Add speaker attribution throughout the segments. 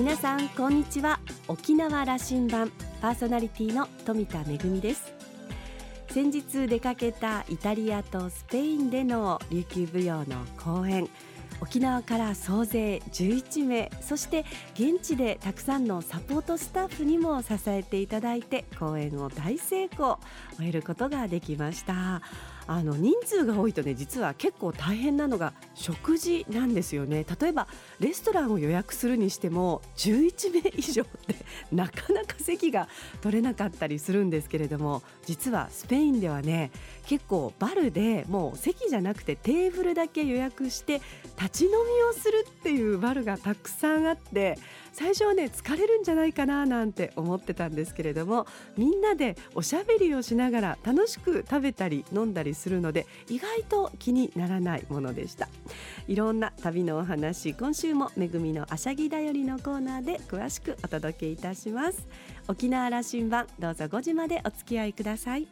Speaker 1: 皆さんこんにちは。沖縄羅針盤パーソナリティの富田恵です。先日出かけたイタリアとスペインでの琉球舞踊の公演、沖縄から総勢11名、そして現地でたくさんのサポートスタッフにも支えていただいて公演を大成功終えることができました。人数が多いとね、実は結構大変なのが食事なんですよね。例えばレストランを予約するにしても11名以上ってなかなか席が取れなかったりするんですけれども、実はスペインではね、結構バルでもう席じゃなくてテーブルだけ予約して立ち飲みをするっていうバルがたくさんあって、最初はね疲れるんじゃないかななんて思ってたんですけれども、みんなでおしゃべりをしながら楽しく食べたり飲んだりするので、意外と気にならないものでした。いろんな旅のお話、今週もめぐみのあしゃぎだよりのコーナーで詳しくお届けいたします。沖縄羅針盤、どうぞ5時までお付き合いください。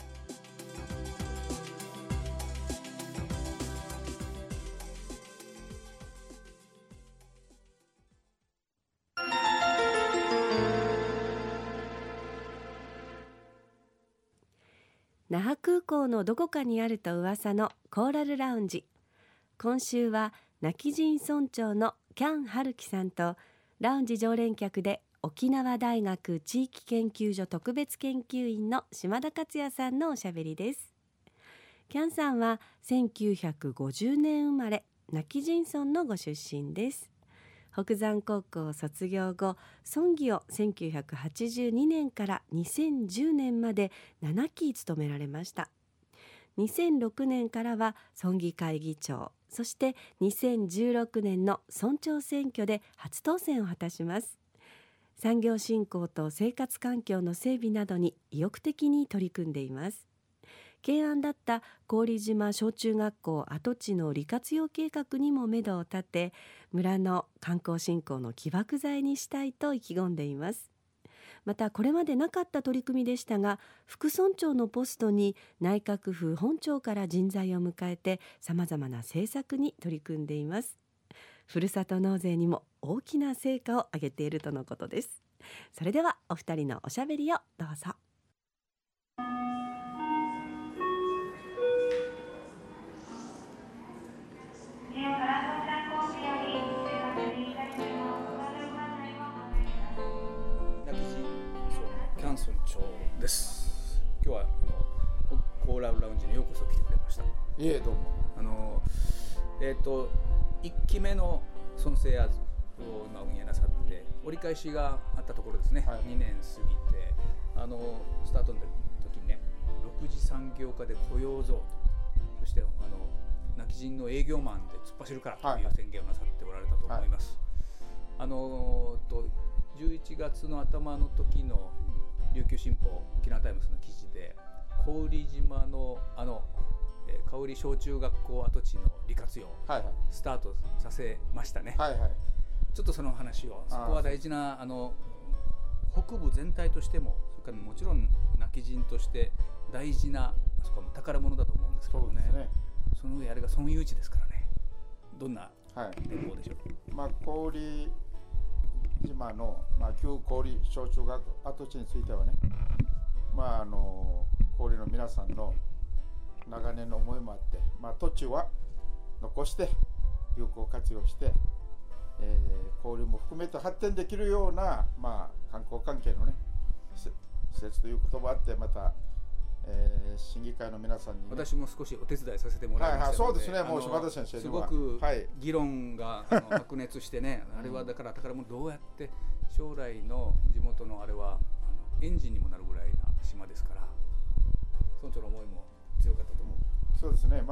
Speaker 1: 那覇空港のどこかにあると噂のコーラルラウンジ。今週は今帰仁村長のキャン・ハルキさんと、ラウンジ常連客で沖縄大学地域研究所特別研究員の島田克也さんのおしゃべりです。キャンさんは1950年生まれ、今帰仁村のご出身です。北山高校卒業後、村議を1982年から2010年まで7期務められました。2006年からは村議会議長、そして2016年の村長選挙で初当選を果たします。産業振興と生活環境の整備などに意欲的に取り組んでいます。懸案だった郡島小中学校跡地の利活用計画にも目処を立て、村の観光振興の起爆剤にしたいと意気込んでいます。またこれまでなかった取り組みでしたが、副村長のポストに内閣府本庁から人材を迎えて、さまざまな政策に取り組んでいます。ふるさと納税にも大きな成果を上げているとのことです。それではお二人のおしゃべりをどうぞ。
Speaker 2: キャン村長です。今日はコーラルラウンジにようこそ来てくれました。い
Speaker 3: え、どうも。
Speaker 2: 1期目の村政アズを運営なさって、折り返しがあったところですね、はい、2年過ぎて、スタートの時にね、6次産業化で雇用増と、そして今帰仁の営業マンで突っ走るからという宣言をなさっておられたと思います。はい、11月の頭の時の琉球新報沖縄タイムズの記事で、郡島の香織小中学校跡地の利活用、はいはい、スタートさせましたね。はいはい、ちょっとその話を、そこは大事な北部全体としても、それからもちろん今帰仁として大事なそこの宝物だと思うんですけど ね、その上あれが村有地ですからね。どんな展望でしょう。
Speaker 3: 郡島の、旧郡小中学跡地についてはね、郡の皆さんの長年の思いもあって、土地は残して有効活用して、交流も含めて発展できるような、観光関係のね施設ということもあって、また、審議会の皆さんに、ね、
Speaker 2: 私も少しお手伝いさせてもらいましたので、
Speaker 3: そうですね、もう島田先生
Speaker 2: すごく議論が白熱してね、あれはだから宝物どうやって将来の地元のあれはエンジンにもなるぐらいな島ですから、村長の思いも強かったと思う。
Speaker 3: そうですね、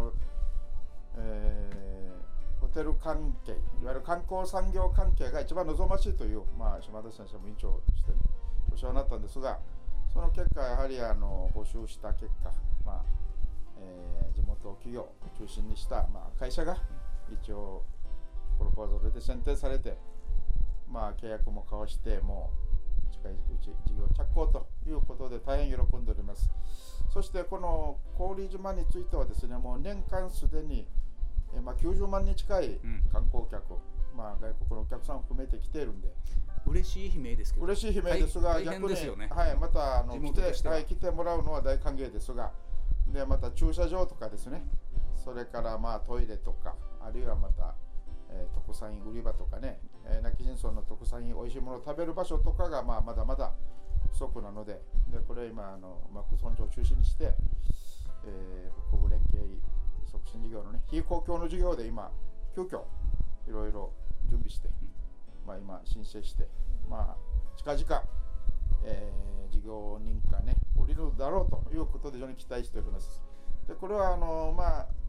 Speaker 3: ホテル関係、いわゆる観光産業関係が一番望ましいという、島田先生も委員長として、ね、おっしゃらなったんですが、その結果、やはり募集した結果、地元企業を中心にした、会社が一応プロポーザルで選定されて、契約も交わして、もう近いうち事業着工ということで大変喜んでおります。そしてこの郡島についてはですね、もう年間すでに90万人近い観光客、 まあ、外国のお客さん含めて来ているんで、
Speaker 2: 嬉しい悲鳴ですけど、
Speaker 3: 嬉しい悲鳴ですが、
Speaker 2: 大変ですよね。
Speaker 3: はい、また
Speaker 2: 地
Speaker 3: 来
Speaker 2: 元としては
Speaker 3: て、はい、来てもらうのは大歓迎ですが、でまた駐車場とかですね、それからまあトイレとか、あるいはまた、特産品売り場とかね、今帰仁村の特産品、おいしいものを食べる場所とかが、まあ、まだまだ不足なので、これ今村長を中心にして、北部連携促進事業のね、非公共の事業で今急遽いろいろ準備して、まあ、今申請して、まあ、近々、事業認可ね降りるだろうということで非常に期待しております。でこれはまあ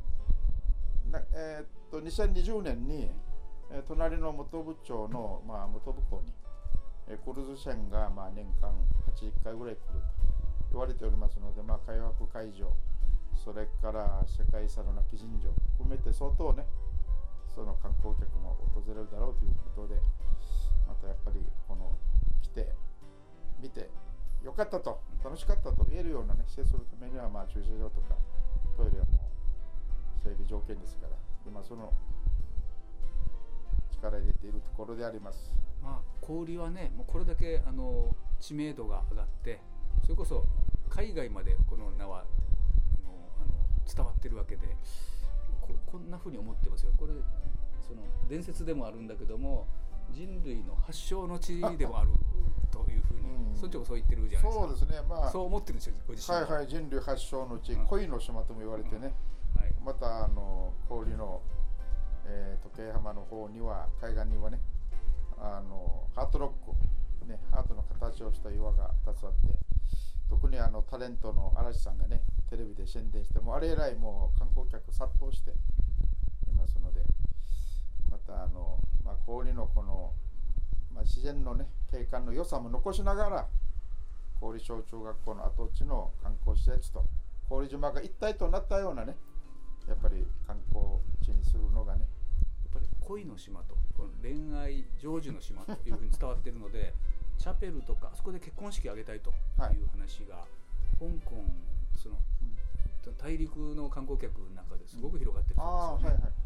Speaker 3: 2020年に、隣の本部町の、まあ、本部港に、クルーズ船が、まあ、年間80回ぐらい来ると言われておりますので、まあ、開幕会場、それから世界遺産の今帰仁城含めて相当ね、その観光客も訪れるだろうということで、またやっぱりこの来て見てよかったと、楽しかったと言えるようなね、施設するためには、まあ駐車場とかトイレはもう整備条件ですから、今その力入れているところであります。
Speaker 2: まあ、小売はね、もうこれだけ知名度が上がって、それこそ海外までこの名は伝わってるわけで、こんな風に思ってますよ。これその伝説でもあるんだけども、人類の発祥の地でもあるというふうに村長もそう言ってるじゃないですか。
Speaker 3: そうですね、まあ、
Speaker 2: そう思ってるんですよ、ご自身は。
Speaker 3: はいはい、人類発祥の地、恋の島とも言われてね、
Speaker 2: はい、
Speaker 3: また氷の、時計浜の方には、海岸にはね、ハートロック、ね、ハートの形をした岩が2つあって、特にタレントの嵐さんがね、テレビで宣伝して、もうあれ以来もう観光客殺到していますので、またまあ、氷のこの、まあ、自然のね、景観の良さも残しながら、氷小中学校の跡地の観光施設と氷島が一体となったようなね、やっぱり観光地にするのがね、
Speaker 2: やっぱり恋の島と、この恋愛成就の島というふうに伝わっているので、チャペルとかあそこで結婚式を挙げたいという話が、香港その、大陸の観光客の中ですごく広がってるそうですよね。
Speaker 3: はいはい、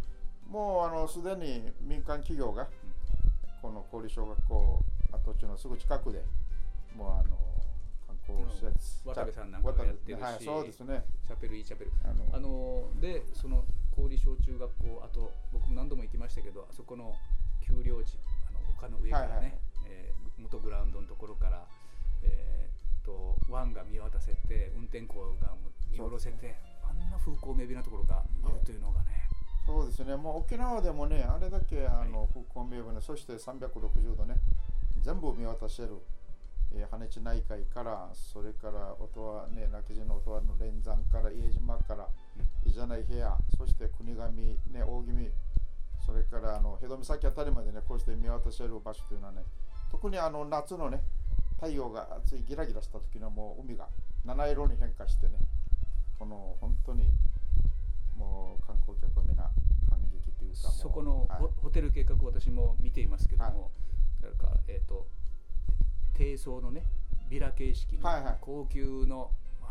Speaker 3: もうすでに民間企業が、この氷小学校跡地のすぐ近くでもう観光施設、
Speaker 2: 渡部さんなんかがやってるし、
Speaker 3: はい、そうですね、
Speaker 2: チャペルいいチャペルで、その氷小中学校、あと僕も何度も行きましたけど、あそこの丘陵地、丘の上からね、はいはい、元グラウンドのところから、湾が見渡せて、運転港が見下ろせて、あんな風光明媚なところがあるというのがね。
Speaker 3: そうですね、もう沖縄でもね、あれだけ風光明媚な、そして360度ね、全部見渡せる、羽地内海から、それから音羽ね、今帰仁の音羽の連山から、伊江島から、伊邪内平野、そして国頭、ね、大宜味、それから辺戸岬あたりまでね、こうして見渡せる場所というのはね、特に夏のね、太陽が暑いギラギラした時のもう海が七色に変化してね、この本当にもう観光客はみんな感激というか、
Speaker 2: そこの、はい、ホテル計画私も見ていますけども、はい、なんか低層のねビラ形式の高級の、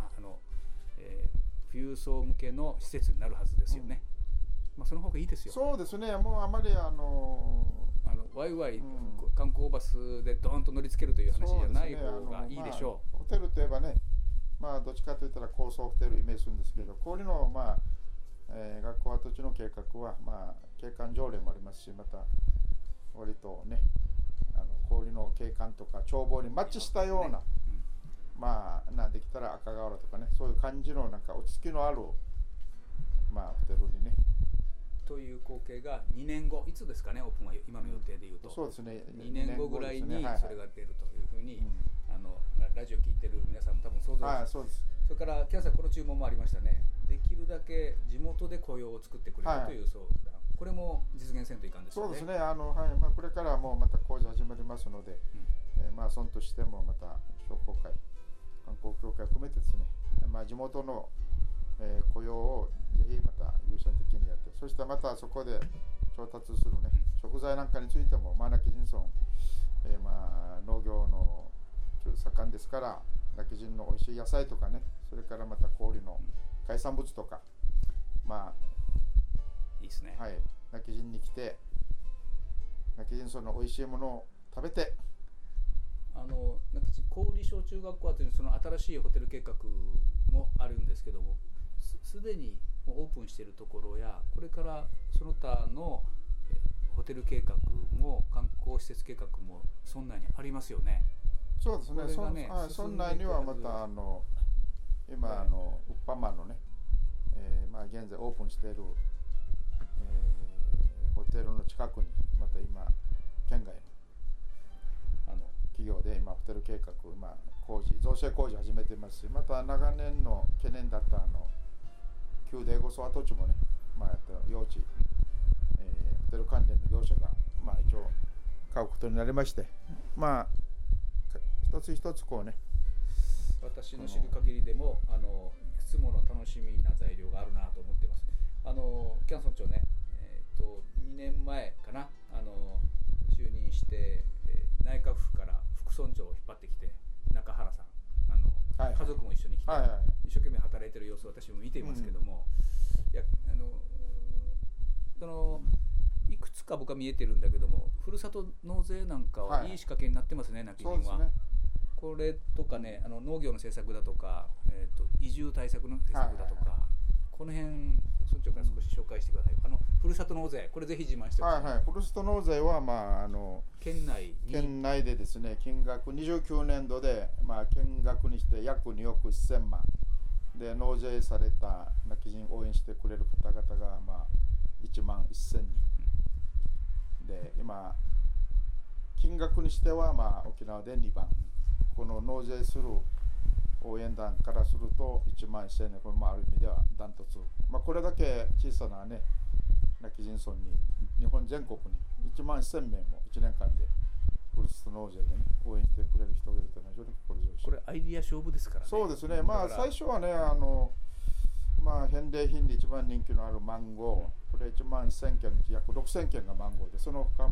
Speaker 2: 富裕層向けの施設になるはずですよね。まあその方がいいですよ。
Speaker 3: そうですね。もうあまり
Speaker 2: ワイワイ、観光バスでドーンと乗り付けるという話じゃない方がいいでしょう。
Speaker 3: ホテルといえばね、まあどっちかといったら高層ホテルをイメージするんですけど、氷の学校跡地の計画は景観条例もありますし、また割とね氷の景観とか眺望にマッチしたような、できたら赤瓦とかね、そういう感じのなんか落ち着きのあるホテルにね。
Speaker 2: という光景が2年後、いつですかね、オープンは今の予定でいうと、
Speaker 3: そうですね、
Speaker 2: 2年後ぐらいにそれが出るというふうに、ラジオ聞いてる皆さんも多分想像
Speaker 3: そうです。
Speaker 2: それからキャンさん、この注文もありましたね。できるだけ地元で雇用を作ってくれるという相談、これも実現せんといかんですよね。
Speaker 3: そうですね、これからもうまた工事始まりますので、村としてもまた商工会、観光協会を含めてですね、地元の雇用をぜひまた優先的にやって、そしてまたそこで調達するね、食材なんかについても今帰仁村、農業の盛んですから、今帰仁の美味しい野菜とかね、それからまた氷の海産物とか、
Speaker 2: いいですね。
Speaker 3: はい、今帰仁に来て泣き人村の美味しいものを食べて、
Speaker 2: なんか小売小中学校というその新しいホテル計画もあるんですけども、すでにもうオープンしているところや、これからその他のホテル計画も観光施設計画も村内にありますよね。
Speaker 3: そうですね。村内にはまた今ウッパマンのね、現在オープンしている、ホテルの近くにまた今県外の企業で今ホテル計画造成工事始めていますし、また長年の懸念だった旧デーゴソ跡地もね、用地、ホテル関連の業者が一応買うことになりまして、一つ一つこうね、
Speaker 2: 私の知る限りでもいくつもの楽しみな材料があるなと思っています。キャン村長ね、2年前かな就任して、内閣府から副村長を引っ張ってきて中原さん家族も一緒に来て、一生懸命働いている様子を私も見ていますけども、いくつか僕は見えてるんだけども、ふるさと納税なんかはいい仕掛けになってますね、泣き人は。これとかね、農業の政策だとか、移住対策の政策だとか、この辺村長から少し紹介してください。ふるさと納税、これぜひ自慢してください。
Speaker 3: ふるさと納税は
Speaker 2: 県内
Speaker 3: でですね、金額29年度で県額にして約2億1000万で納税された泣き人応援してくれる方々が1万1000人で、今金額にしては沖縄で2番、この納税する応援団からすると1万1000円、これある意味ではダントツ、これだけ小さなね泣き人村に日本全国に1万1000名も1年間でふるさと納税でね応援してくれる人がいるというのは非常に心強いし、
Speaker 2: これアイディア勝負ですからね。
Speaker 3: そうですね。最初はね返礼品で一番人気のあるマンゴー、これ1万1000件のうち約6000件がマンゴーで、その他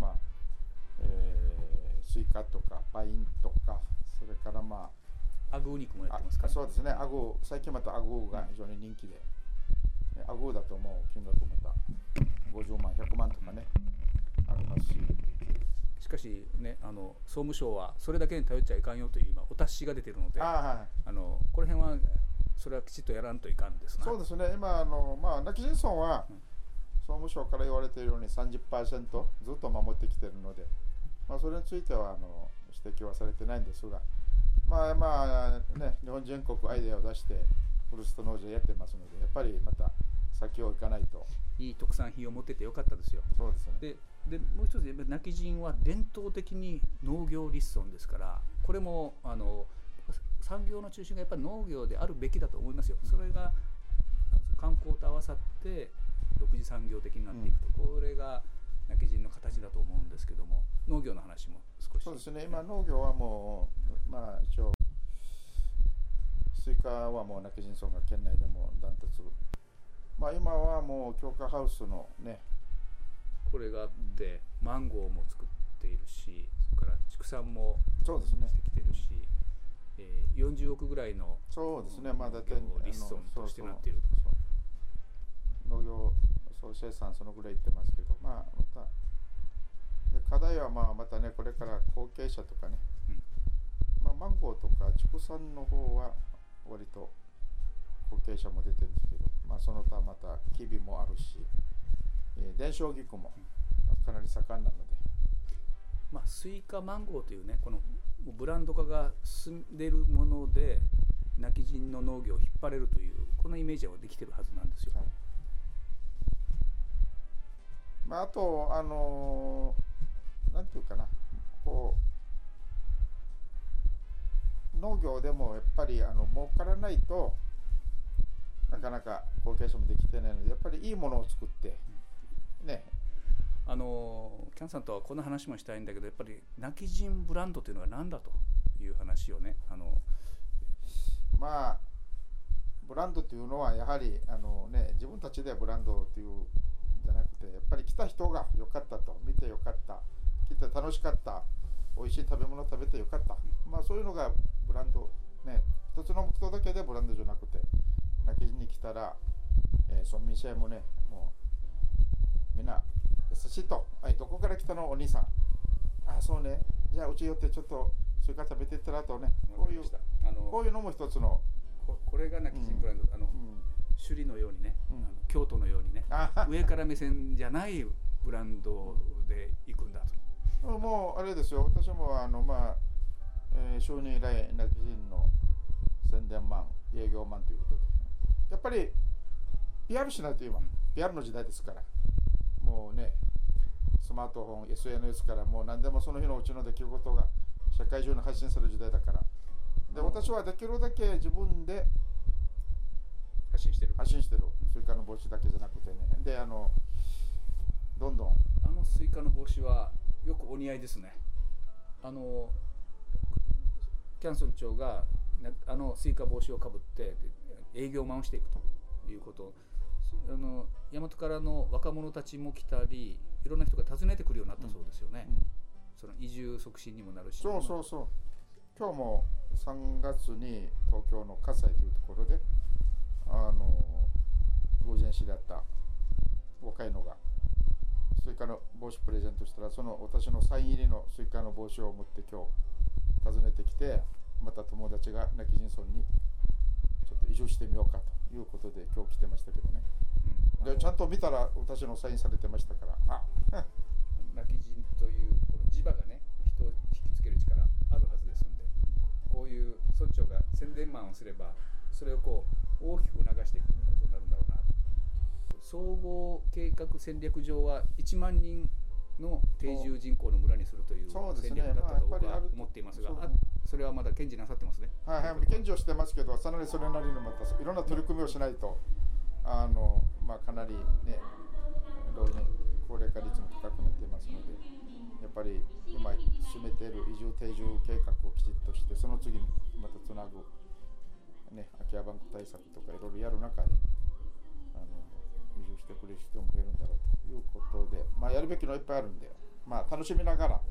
Speaker 3: スイカとかパインとか、それから
Speaker 2: アグー肉もやってますから、
Speaker 3: そうですね。最近またアグーが非常に人気で、アグーだともう金額また50万100万とかねありますし、
Speaker 2: しかしね、総務省はそれだけに頼っちゃいかんよという今お達しが出ているので、この辺はそれはきちっとやらんといかんですな。
Speaker 3: そうですね。今泣き人村は総務省から言われているように 30% ずっと守ってきているので、それについては指摘はされてないんですが、日本全国アイデアを出してふるさと納税やってますので、やっぱりまた先を行かないと。
Speaker 2: いい特産品を持っててよかったですよ。
Speaker 3: そうですね。
Speaker 2: でもう一つ、泣き人は伝統的に農業立村ですから、これも産業の中心がやっぱり農業であるべきだと思いますよ。それが観光と合わさって独自産業的になっていくと、これが泣き人の形だと思うんですけども、農業の話も少し。
Speaker 3: そうですね。今農業はもう一応スイカはもう泣き人村が県内でもダントツ。今はもう強化ハウスのね、
Speaker 2: これがあってマンゴーも作っているし、それから畜産もしてきているし、40億ぐらいの
Speaker 3: そうですね、
Speaker 2: 立村としてなっている
Speaker 3: と。農業総生産そのぐらいいってますけど、また課題はまたね、これから後継者とかね、マンゴーとか畜産の方は割と後継者も出てるんですけど、その他またキビもあるし、伝承菊もかなり盛んなので、
Speaker 2: スイカマンゴーというね、このブランド化が進んでいるもので泣き人の農業を引っ張れるというこのイメージはできてるはずなんですよ。
Speaker 3: あとなんていうかな、農業でもやっぱり儲からないとなかなか後継者もできてないので、やっぱりいいものを作ってね。
Speaker 2: キャンさんとはこの話もしたいんだけど、やっぱり泣き人ブランドというのは何だという話をね、
Speaker 3: ブランドというのはやはり自分たちでブランドというんじゃなくて、やっぱり来た人が良かったと、見て良かった、来て楽しかった、美味しい食べ物食べて良かった、そういうのがブランドね。一つの目標だけでブランドじゃなくて、泣き人に来たら、村民性もね、もうみんな優寿司と、どこから来たのお兄さん、そうね、じゃあうち寄ってちょっとスイカ食べてったらとね、こういうのも一つの
Speaker 2: これが泣き人ブランド、首里のようにね、京都のようにね、上から目線じゃないブランドで行くんだと。
Speaker 3: もうあれですよ、私も就任以来泣き人の宣伝マン、営業マンということで、やっぱり PR しないと今 PR の時代ですから、もうね、スマートフォン SNS からもう何でもその日のうちの出来事が社会中に発信する時代だから、で私はできるだけ自分で
Speaker 2: 発信してる。
Speaker 3: スイカの帽子だけじゃなくてね、でどんどん
Speaker 2: スイカの帽子はよくお似合いですね。キャン村長がスイカ帽子をかぶって営業マンをしていくということ、大和からの若者たちも来たり、いろんな人が訪ねてくるようになったそうですよね。その移住促進にもなるし。
Speaker 3: そう今日も3月に東京の葛西というところで偶然知り合った若いのがスイカの帽子プレゼントしたら、その私のサイン入りのスイカの帽子を持って今日訪ねてきて、また友達が泣き人村にちょっと移住してみようかということで今日来てましたけどね、でちゃんと見たら私のサインされてましたから、
Speaker 2: 泣き人というこの磁場がね、人を引きつける力あるはずですので、こういう村長が宣伝マンをすれば、それをこう大きく促していくことになるんだろうなと。総合計画戦略上は1万人の定住人口の村にするという戦略だったと僕は思っていますが、それはまだ堅持なさってますね。
Speaker 3: 堅持をしてますけど、さらにそれなりにまたいろんな取り組みをしないと、かなりね、老人高齢化率も高くなっていますので、やっぱり今進めている移住定住計画をきちっとして、その次にまたつなぐ、ね、空き家バンク対策とかいろいろやる中で移住してくれる人も増えるんだろうということで、やるべきのいっぱいあるんで、楽しみながら、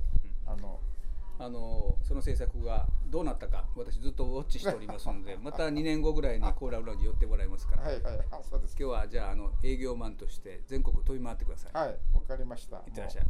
Speaker 2: その政策がどうなったか、私ずっとウォッチしておりますのでまた2年後ぐらいにコーラルラウンジ寄ってもらいますから、
Speaker 3: そうです。
Speaker 2: 今日はじゃあ営業マンとして全国飛び回ってください。
Speaker 3: はい、わかりました。
Speaker 2: いってらっしゃい。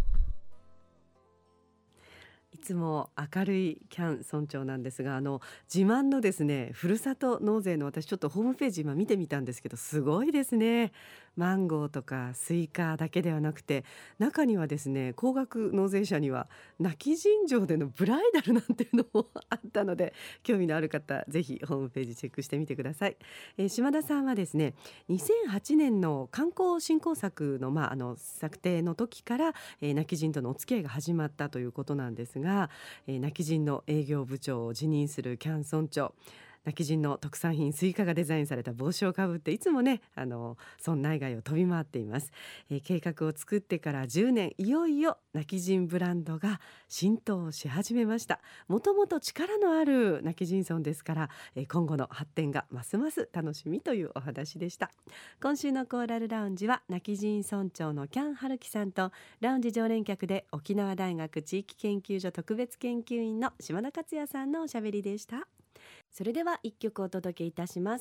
Speaker 1: いつも明るいキャン村長なんですが、自慢のですね、ふるさと納税の、私ちょっとホームページ今見てみたんですけど、すごいですね。マンゴーとかスイカだけではなくて、中にはですね、高額納税者には泣き人情でのブライダルなんていうのもあったので、興味のある方ぜひホームページチェックしてみてください。島田さんはですね、2008年の観光振興策の、策定の時から、泣き人とのお付き合いが始まったということなんですが、泣き人の営業部長を辞任するキャン村長、泣き人の特産品スイカがデザインされた帽子をかぶっていつもね、村内外を飛び回っています。計画を作ってから10年、いよいよ泣き人ブランドが浸透し始めました。もともと力のある泣き人村ですから、今後の発展がますます楽しみというお話でした。今週のコーラルラウンジは泣き人村長のキャン春樹さんと、ラウンジ常連客で沖縄大学地域研究所特別研究員の島田克也さんのおしゃべりでした。それでは一曲お届けいたします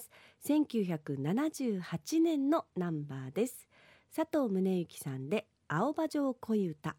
Speaker 1: 。1978年のナンバーです。佐藤宗之さんで青葉城恋歌。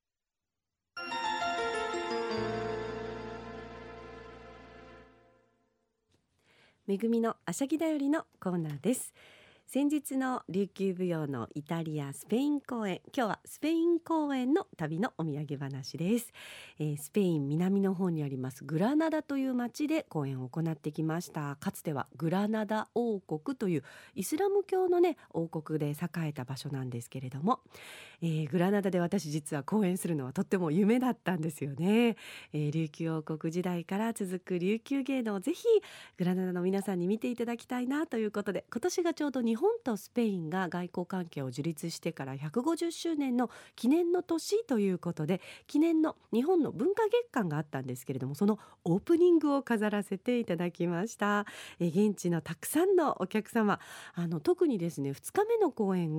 Speaker 1: めぐみのあしゃぎだよりのコーナーです。先日の琉球舞踊のイタリアスペイン公演、今日はスペイン公演の旅のお土産話です。スペイン南の方にありますグラナダという町で公演を行ってきました。かつてはグラナダ王国というイスラム教のね王国で栄えた場所なんですけれども、グラナダで私実は公演するのはとっても夢だったんですよね。琉球王国時代から続く琉球芸能をぜひグラナダの皆さんに見ていただきたいなということで、今年がちょうど日本とスペインが外交関係を樹立してから150周年の記念の年ということで、記念の日本の文化月間があったんですけれども、そのオープニングを飾らせていただきました。現地のたくさんのお客様、特にですね2日目の公演が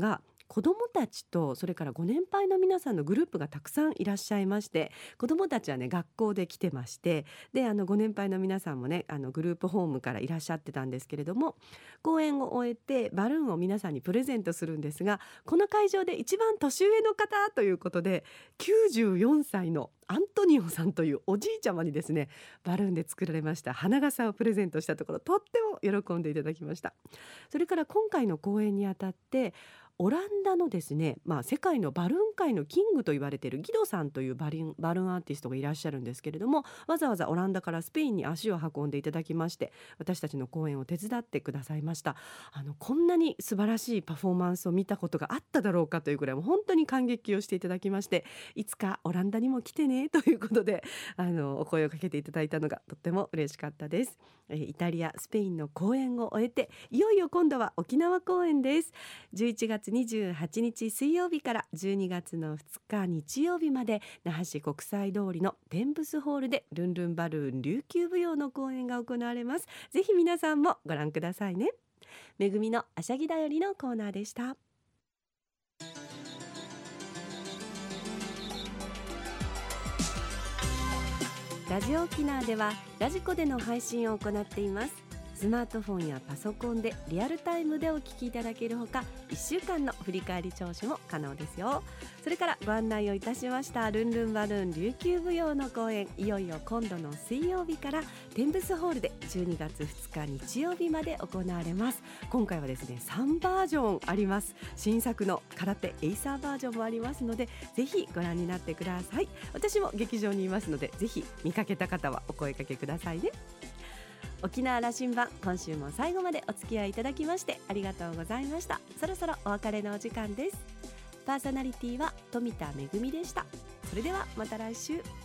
Speaker 1: 子どもたちとそれからご年配の皆さんのグループがたくさんいらっしゃいまして、子どもたちはね学校で来てまして、でご年配の皆さんもねグループホームからいらっしゃってたんですけれども、公演を終えてバルーンを皆さんにプレゼントするんですが、この会場で一番年上の方ということで94歳のアントニオさんというおじいちゃまにですね、バルーンで作られました花笠をプレゼントしたところ、とっても喜んでいただきました。それから今回の公演にあたってオランダのですね、世界のバルーン界のキングと言われているギドさんというバルーンアーティストがいらっしゃるんですけれども、わざわざオランダからスペインに足を運んでいただきまして、私たちの公演を手伝ってくださいました。こんなに素晴らしいパフォーマンスを見たことがあっただろうかというぐらい、もう本当に感激をしていただきまして、いつかオランダにも来てねということでお声をかけていただいたのがとっても嬉しかったです。イタリア、スペインの公演を終えて、いよいよ今度は沖縄公演です。11月28日水曜日から12月の2日日曜日まで、那覇市国際通りのテンブスホールでルンルンバルーン琉球舞踊の公演が行われます。ぜひ皆さんもご覧くださいね。めぐみのあしゃぎだよりのコーナーでした。ラジオ沖縄ではラジコでの配信を行っています。スマートフォンやパソコンでリアルタイムでお聞きいただけるほか、1週間の振り返り聴取も可能ですよ。それからご案内をいたしましたルンルンバルーン琉球舞踊の公演、いよいよ今度の水曜日からテンブスホールで12月2日日曜日まで行われます。今回はですね3バージョンあります。新作の空手エイサーバージョンもありますので、ぜひご覧になってください。私も劇場にいますので、ぜひ見かけた方はお声かけくださいね。沖縄羅針盤、今週も最後までお付き合いいただきましてありがとうございました。そろそろお別れのお時間です。パーソナリティは富田恵でした。それではまた来週。